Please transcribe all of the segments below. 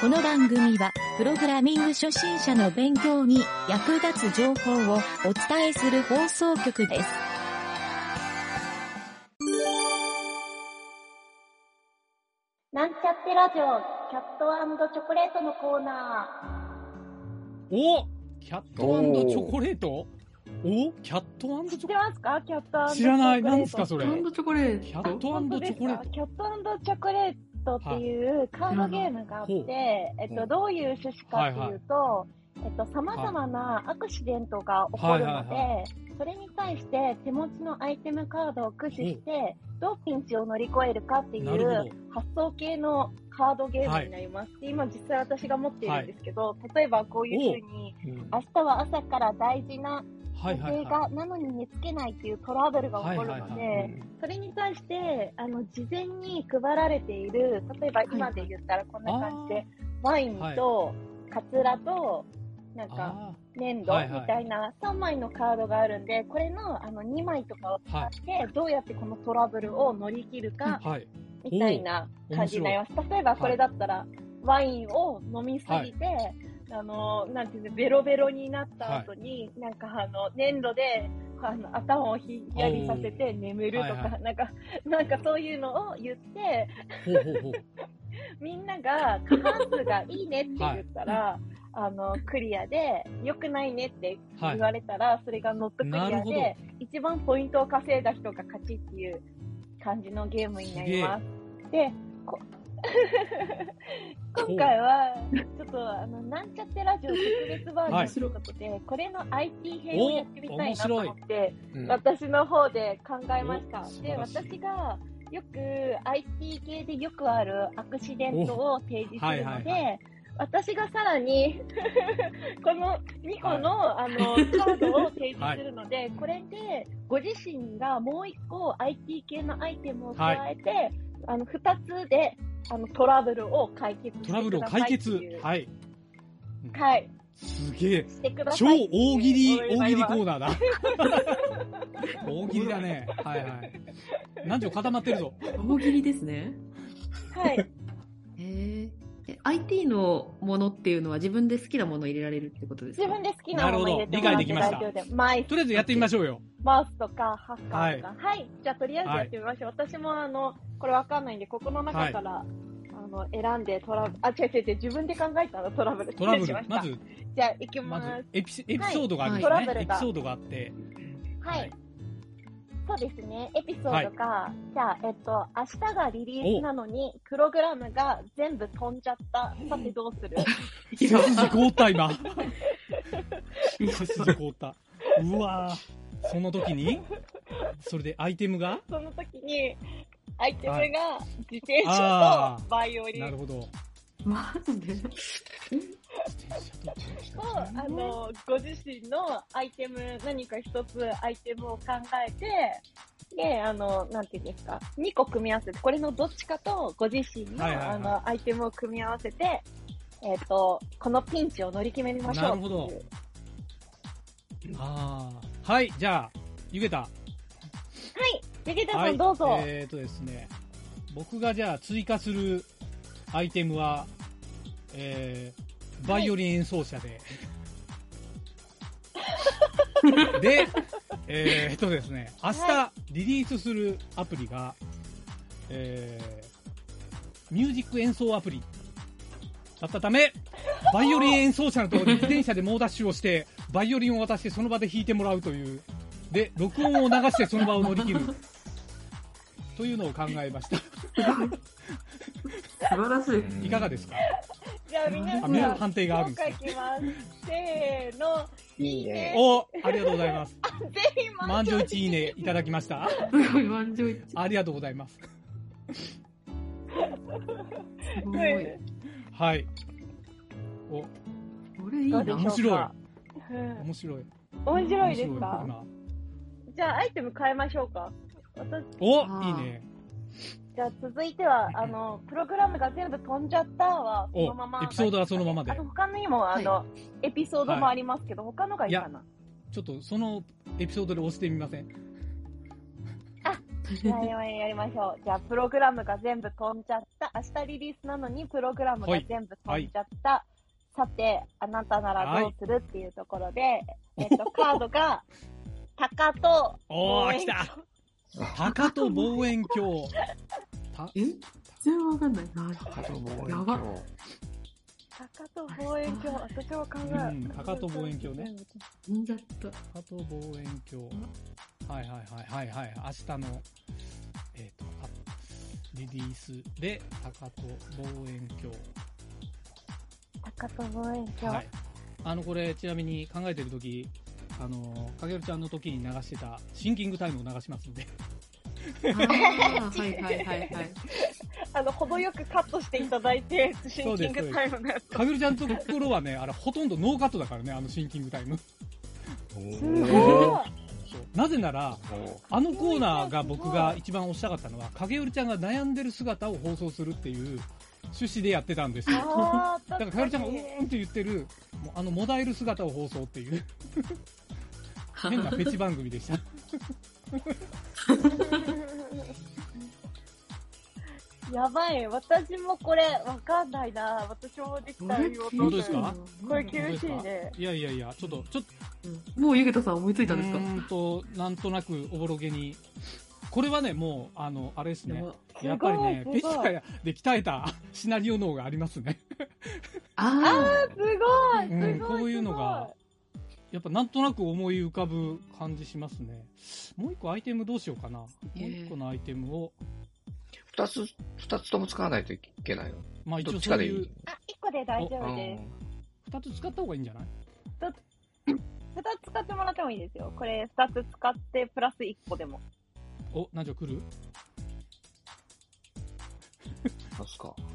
この番組は、プログラミング初心者の勉強に役立つ情報をお伝えする放送局です。 なんちゃってラジオ、キャット&チョコレートのコーナー。お、キャット&チョコレート？お、キャット&チョコレート？知ってますか？キャット&チョコレート。 知らない。何ですかそれ？ キャット&チョコレート。 キャット&チョコレート。 キャット&チョコレートっていうカードゲームがあって、どういう趣旨かっていうと、様々なアクシデントが起こるので、それに対して手持ちのアイテムカードを駆使して、どうピンチを乗り越えるかっていう発想系のカードゲームになります。で、今実際私が持っているんですけど、例えばこういう風に、明日は朝から大事な予定がなのに寝つけないっていうトラブルが起こるので、それに対して事前に配られている、例えば今で言ったらこんな感じで、ワインとカツラとなんか粘土みたいな3枚のカードがあるんで、これの2枚とかを使ってどうやってこのトラブルを乗り切るかみたいな感じになります。例えばこれだったらワインを飲みすぎて、なんていうの、ベロベロになった後に、なんか粘土で頭をひんやりさせて眠るとか、なんかそういうのを言ってみんなが過半数がいいねって言ったら、クリアで、良くないねって言われたら、それがノットクリアで、一番ポイントを稼いだ人が勝ちっていう感じのゲームになります。で、今回は、ちょっとなんちゃってラジオ特別バージョンということで、これの IT 編をやってみたいなと思って、私の方で考えました。で、私がよく IT 系でよくあるアクシデントを提示するので、私がさらにこの2個の、カードを提示するので、これでご自身がもう1個 IT 系のアイテムを加えて、2つでトラブルを解決してください。トラブルを解決。 はい。 はい。 すげえ。超大喜利コーナーだ。大喜利だね。はいはい。何条固まってるぞ。 大喜利ですね。 はい。 IT のものっていうのは自分で好きなものを入れられるってことですか？ 自分で好きなものを入れてもらって大丈夫で。 マイス。とりあえずやってみましょうよ。 マウスとかハッカーとか。はい。じゃあとりあえずやってみましょう。私もこれわかんないんで、ここの中から、選んで違う、自分で考えたのトラブル。 トラブル。まず。 じゃあ行きます。 エピソードがあるんですね。エピソードがあって。 はい。そうですね。エピソードが、じゃあ、明日がリリースなのに、プログラムが全部飛んじゃった。さてどうする？ 背筋凍った、今。背筋凍った。うわぁ。その時にそれでアイテムがその時に、アイテムが自転車とバイオリン。 なるほど。 マジでご自身のアイテム、何か一つアイテムを考えて、で、なんていうんですか、2個組み合わせて、これのどっちかとご自身の、アイテムを組み合わせて、このピンチを乗り決めましょう。 なるほど。はい、じゃあ、ゆげた。はい、 ゆげたさんどうぞ。 ですね、僕がじゃあ追加するアイテムは、バイオリン演奏者で。で、ですね、明日リリースするアプリが、ミュージック演奏アプリだったため、バイオリン演奏者のところに自転車で猛ダッシュをして、バイオリンを渡してその場で弾いてもらうという、で、録音を流してその場を乗り切る。というのを考えました。 素晴らしい。 いかがですか？ じゃあ皆さん、 判定があるんですよ。 書きます。せーの。いいね。 ありがとうございます。 ぜひ満場一致いいねいただきました。 すごい、満場一致。 ありがとうございます。 すごい。 はい。 これいいな。 面白い。面白い。 面白いですか？じゃあアイテム変えましょうか。 いいね。 じゃあ続いては、プログラムが全部飛んじゃったはそのまま。 エピソードはそのままで。 他にもエピソードもありますけど、他のがいいかな。 ちょっとそのエピソードで押してみません？ やりましょう。じゃあ、プログラムが全部飛んじゃった。明日リリースなのに、プログラムが全部飛んじゃった。さて、あなたならどうするっていうところで、カードが、鷹と、 おー、来た鷹と望遠鏡。 全然わかんない。 鷹と望遠やば鏡。 鷹と望遠鏡、私も考える。 鷹と望遠鏡ね。 飛んじゃった。 鷹と望遠鏡。はい。明日の、リリースで、鷹と望遠鏡。 鷹と望遠鏡。 はい。これ、ちなみに考えてるとき、かげるちゃんの時に流してたシンキングタイムを流しますんで。 はい。 程よくカットしていただいて、シンキングタイムのやつ。 かげるちゃんのところはね、ほとんどノーカットだからね、シンキングタイム。 すごい。 なぜなら、コーナーが僕が一番推したかったのは、かげるちゃんが悩んでる姿を放送するっていう趣旨でやってたんですよ。だからかげるちゃんがうーんって言ってる、もだえる姿を放送っていう。変なフェチ番組でした。 やばい、私もこれわかんないな。私もできたら言おうと本当ですか？ これ厳しいね。 いや、ちょっと。 もうゆげたさん思いついたんですか？ なんとなくおぼろげに。これはね、もう、あれですね。やっぱりね、ペチカで鍛えたシナリオの方がありますね。 すごい。 こういうのが、やっぱなんとなく思い浮かぶ感じしますね。もう一個アイテムどうしようかな。もう一個のアイテムを。 二つとも使わないといけないの？ まあ一応どっちそういう。 かでいい？ 一個で大丈夫です。 二つ使った方がいいんじゃない？ 二つ使ってもらってもいいですよ。これ二つ使ってプラス一個でも。 お、なんじゃ来る？ なんすか？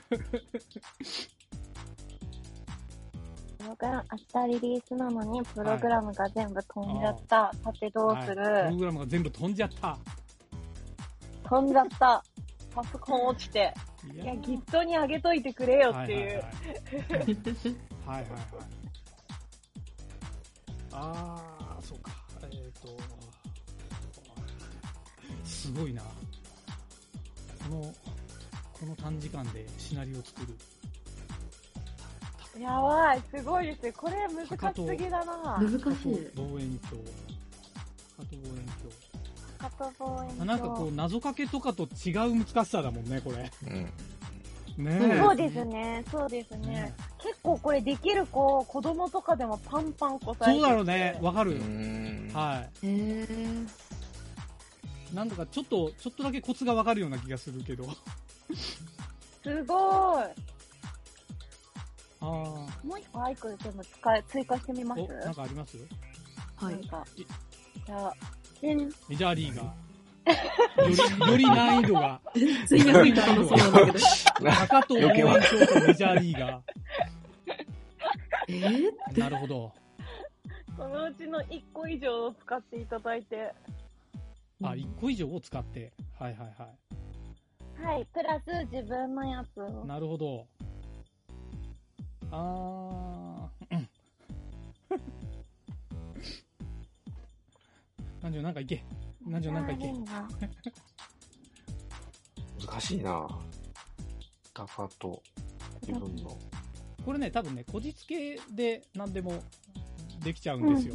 明日リリースなのにプログラムが全部飛んじゃった。さてどうする？ プログラムが全部飛んじゃった。 飛んじゃった。パソコン落ちて。いや、Git に上げといてくれよっていう。 はい。そうか。すごいな。この短時間でシナリオを作る。 やばい、すごいですね。これ難しすぎだな。 難しい。 望遠鏡。 なんかこう、謎かけとかと違う難しさだもんね、これ。ね、 そうですね。結構これできる子供とかでもパンパン答えて。 そうだろうね、わかる。はい。なんとかちょっとだけコツがわかるような気がするけど。 すごい。 もう一個アイコで全部追加してみます？ なんかあります？ はい。じゃあ、 メジャーリーガー。より難易度が。 全然難易度が。そうなんだけど。 鷹と望遠鏡とメジャーリーガー。 なるほど。 そのうちの1個以上を使っていただいて。 1個以上を使って。はい。 はい、プラス自分のやつを。 なるほど。なんかいけ。 難しいな。鷹と自分の。 これね、多分ね、こじつけで何でもできちゃうんですよ。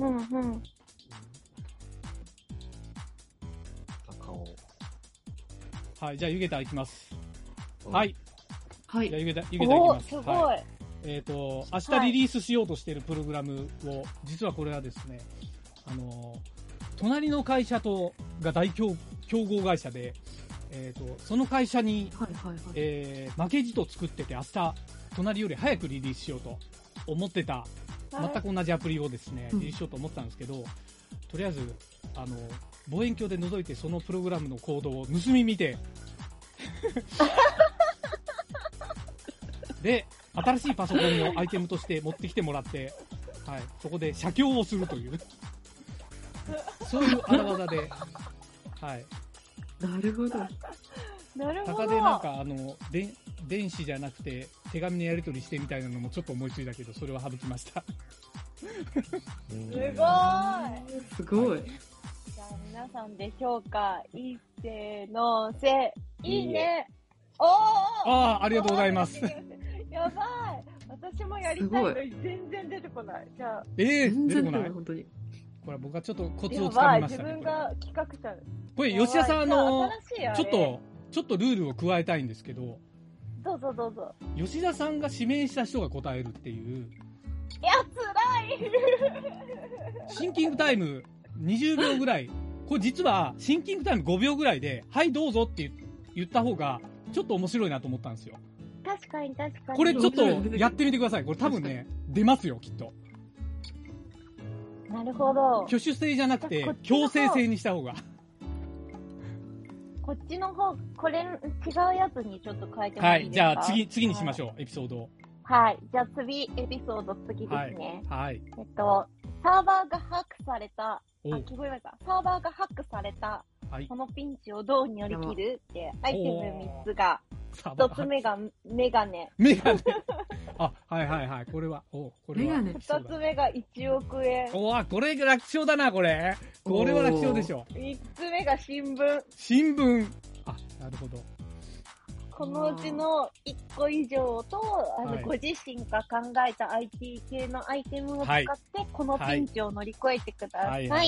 鷹を。 はい、じゃあ、ゆげたいきます。はい。じゃあ、ゆげたいきます。 すごい。 明日リリースしようとしているプログラムを、実はこれはですね、隣の会社が大競合会社で、その会社に、負けじと作ってて、明日、隣より早くリリースしようと思ってた、全く同じアプリをですね、リリースしようと思ったんですけど、とりあえず、望遠鏡で覗いてそのプログラムのコードを盗み見て、で、新しいパソコンをアイテムとして持ってきてもらって、はい、そこで写経をするという、そういう荒技で、はい。 なるほど。 鷹でなんか電子じゃなくて手紙のやり取りしてみたいなのもちょっと思いついたけど、それは省きました。 すごい。 すごい。 じゃあ皆皆さんでしょうか。一斉のせ、いいね。おーありがとうございます。 やばい。私もやりたいのに全然出てこない。じゃあ。 出てこない。 本当に。 これ僕はちょっとコツをつかみましたね。 自分が企画者。 これ吉田さんちょっとルールを加えたいんですけど。 どうぞどうぞ。 吉田さんが指名した人が答えるっていう。 いや、辛い。 シンキングタイム20秒ぐらい。これ実はシンキングタイム5秒ぐらいで、はいどうぞって言った方がちょっと面白いなと思ったんですよ。 確かに。 これちょっとやってみてください。これ多分ね、出ますよ、きっと。 なるほど。 挙手制じゃなくて、強制制にした方が。 こっちの方、これ違うやつにちょっと変えてもいいですか？ はい、じゃあ次にしましょう、エピソードを。 はい、じゃあエピソード次ですね。 はい。 サーバーがハックされた、聞こえました。サーバーがハックされた、このピンチをどう乗り切るって、アイテム3つが、1つ目がメガネ。 メガネ。はい。これは、 メガネ。 2つ目が1億円。 これ楽勝だな、これ。これは楽勝でしょ。 3つ目が新聞。 新聞。なるほど。 このうちの1個以上と、ご自身が考えた IT 系のアイテムを使って、このピンチを乗り越えてください。はい。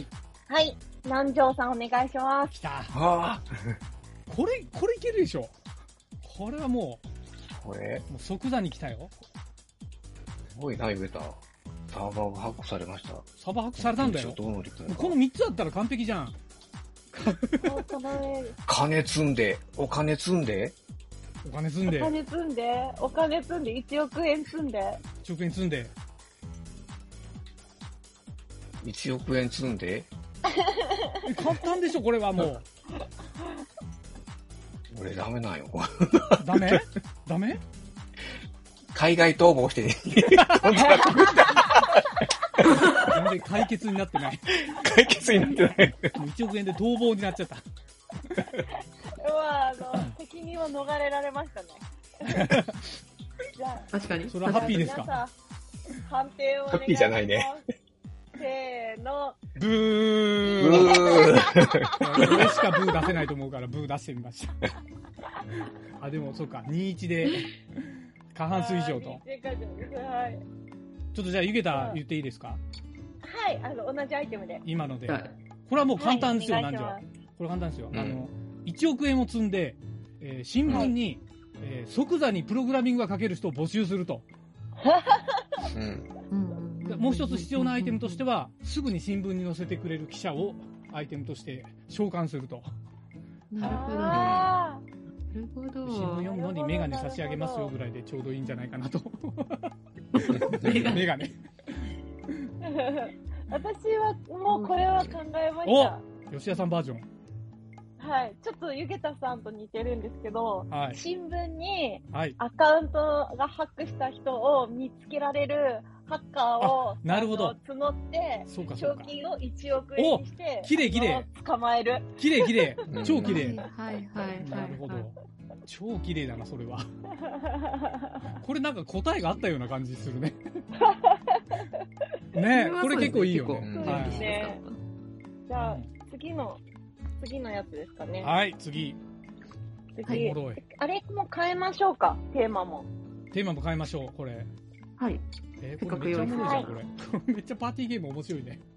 南條さんお願いします。 きた。これいけるでしょ。これはもう即座に来たよ。 すごいな、言えた。サーバーがハックされました。 サーバーハックされたんだよ。この3つだったら完璧じゃん。 金積んで、お金積んで、 1億円積んで、 1億円積んで、 1億円積んで。 簡単でしょ、これはもう。 俺ダメなんよ。 ダメ海外逃亡してね。 全然解決になってない。1億円で逃亡になっちゃった。 責任は逃れられましたね。じゃあ、 確かに。 それはハッピーですか？ 皆さん、判定をお願いします。 ハッピーじゃないね。 せーの。 ブー。これしかブー出せないと思うから、ブー出してみました。でも、そうか、2-1で、過半数以上と。はい。ちょっとじゃあ、ゆげた言っていいですか？ はい、同じアイテムで。 今ので。これはもう簡単ですよ、南條。これ簡単ですよ。1億円を積んで、新聞に、即座にプログラミングが書ける人を募集すると。もう一つ必要なアイテムとしては、すぐに新聞に載せてくれる記者をアイテムとして召喚すると。 なるほど。 新聞読むのにメガネ差し上げますよぐらいでちょうどいいんじゃないかなと。メガネ。 私はもうこれは考えました。 吉田さんバージョン。 はい。ちょっとゆげたさんと似てるんですけど、新聞にアカウントがハックした人を見つけられるハッカーを募って、賞金を1億円にして、捕まえる。 綺麗。超綺麗。 はい。 なるほど。超綺麗だな、それは。これなんか答えがあったような感じするね。ね、これ結構いいよね。 じゃあ、次のやつですかね。 はい、次。 あれも変えましょうか、テーマも変えましょう、これ。 はい。 これめっちゃおもろいじゃん、これ。めっちゃパーティーゲーム面白いね。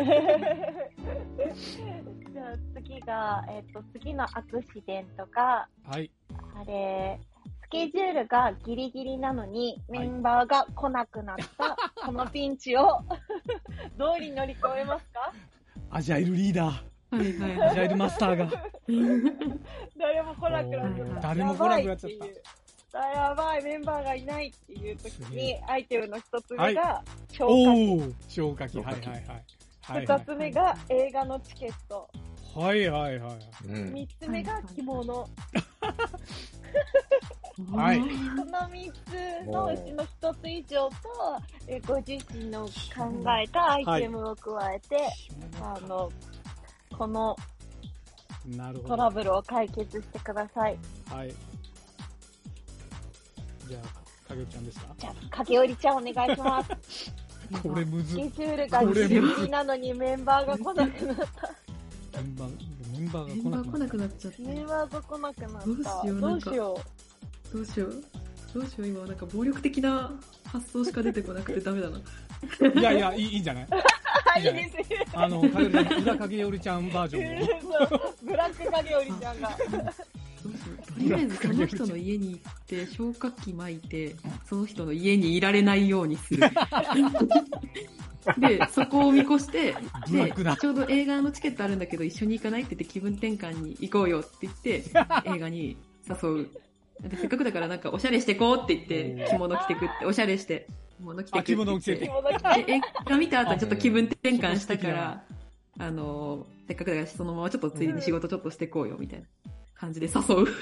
じゃあ次が、次のアクシデントが、スケジュールがギリギリなのに、メンバーが来なくなった、このピンチを、どうに乗り越えますか？ アジャイルリーダー。アジャイルマスターが。 誰も来なくなっちゃった。やばい、メンバーがいないっていう時に、アイテムの一つ目が、 消火器。 二つ目が映画のチケット。 三つ目が着物。この3つのうちの1つ以上と、ご自身の考えたアイテムを加えて、このトラブルを解決してください。 はい。じゃあ、影織ちゃんですか？ じゃあ、影織ちゃんお願いします。 これむず。 スケジュールがギリギリなのにメンバーが来なくなった。 メンバーメンバー来なくなっちゃって。 メンバーが来なくなった。 どうしよう、今なんか暴力的な発想しか出てこなくてダメだな。 いやいや、いいんじゃない？いいですね。裏影織ちゃんバージョンも。ブラック影織ちゃんが。 とりあえずその人の家に行って消火器巻いて、その人の家にいられないようにする。で、そこを見越して、で、ちょうど映画のチケットあるんだけど一緒に行かないって言って気分転換に行こうよって言って映画に誘う。でせっかくだからなんかおしゃれしてこうって言って着物着てくっておしゃれして着物着てくって着物着て映画見た後ちょっと気分転換したからせっかくだからそのままちょっとついでに仕事ちょっとしてこうよみたいな感じで誘う。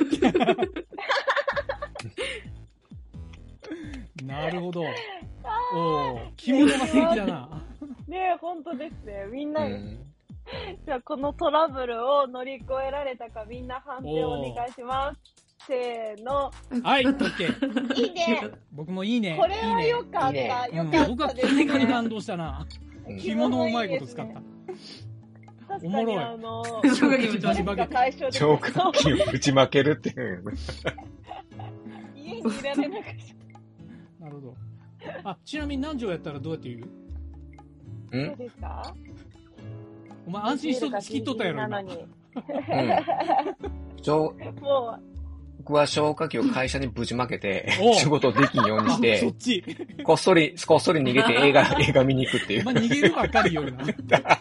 なるほど。着物が素敵だな。 ねえ、本当ですね。みんな、じゃあこのトラブルを乗り越えられたかみんな判定をお願いします。せーの。 はい、オッケー。 いいね。 僕もいいね。 これは良かった。良かったですね。 僕は着物に感動したな。着物をうまいこと使った。おもろい。 消火器をぶちまける。 消火器をぶちまけるっていう。 家にいられなくて。 なるほど。ちなみに何錠やったらどうやって言う？ そうですか？ お前安心しきっとったやろ、今。 もう。 僕は消火器を会社にぶちまけて、仕事できんようにして、 そっち。 こっそり逃げて映画見に行くっていう。 逃げるばっかりよな。 確か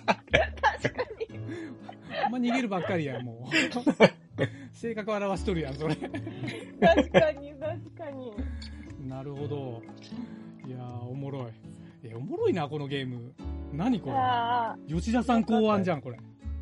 に。 逃げるばっかりや、もう。性格表しとるやん、それ。 確かに。 なるほど。いやー、おもろい。おもろいな、このゲーム。何これ。吉田さん考案じゃん、これ。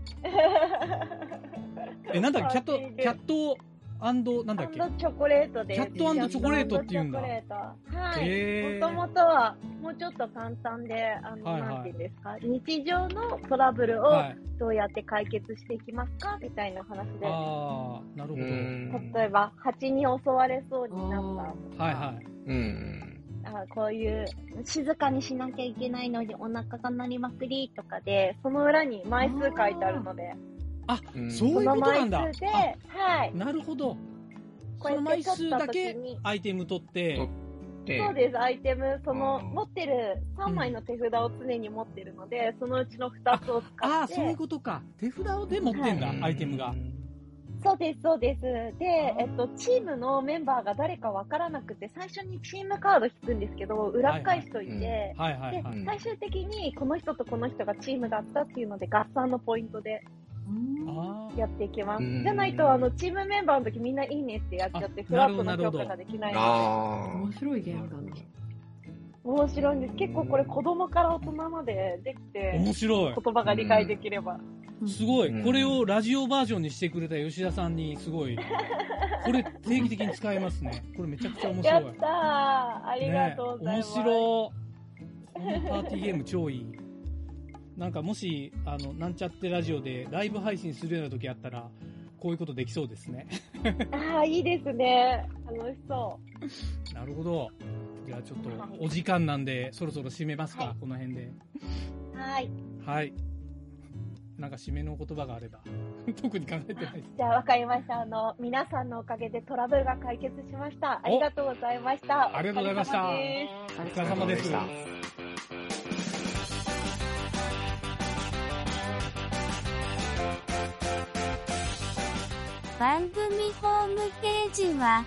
なんだっけ、キャット、なんだっけ？ チョコレートです。 キャット&チョコレートって言うんだ。 はい。もともとはもうちょっと簡単で、なんていうんですか、日常のトラブルをどうやって解決していきますかみたいな話で。 なるほど。 例えば、蜂に襲われそうになった。 はい。 こういう静かにしなきゃいけないのにお腹が鳴りまくりとかで、その裏に枚数書いてあるので。 そういうことなんだ。 はい。 なるほど。その枚数だけアイテム取って。 そうです、アイテム、持ってる3枚の手札を常に持ってるので、そのうちの2つを使って。 そういうことか。手札で持ってんだ、アイテムが。 そうです。で、チームのメンバーが誰かわからなくて、最初にチームカード引くんですけど、裏返しといて、で、最終的にこの人とこの人がチームだったっていうので、合算のポイントで。やっていきます。じゃないと、チームメンバーの時みんないいねってやっちゃって、フラットな評価ができないので。面白いゲームだな。 面白いんです。結構これ子供から大人までできて、 面白い。 言葉が理解できれば。 すごい。これをラジオバージョンにしてくれた吉田さんにすごい、これ定期的に使えますね。これめちゃくちゃ面白い。 やったー。ありがとうございます。 面白い。このパーティーゲーム超いい。なんかもし、なんちゃってラジオでライブ配信するような時あったら、こういうことできそうですね。 いいですね。楽しそう。 なるほど。じゃあちょっと、お時間なんで、そろそろ締めますか、この辺で。はい。なんか締めの言葉があれば。特に考えてないです。 じゃあわかりました。皆さんのおかげでトラブルが解決しました。ありがとうございました。 ありがとうございました。お疲れ様です。 番組ホームページは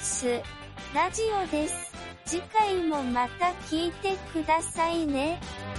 https://mint.mark/ラジオです。次回もまた聞いてくださいね。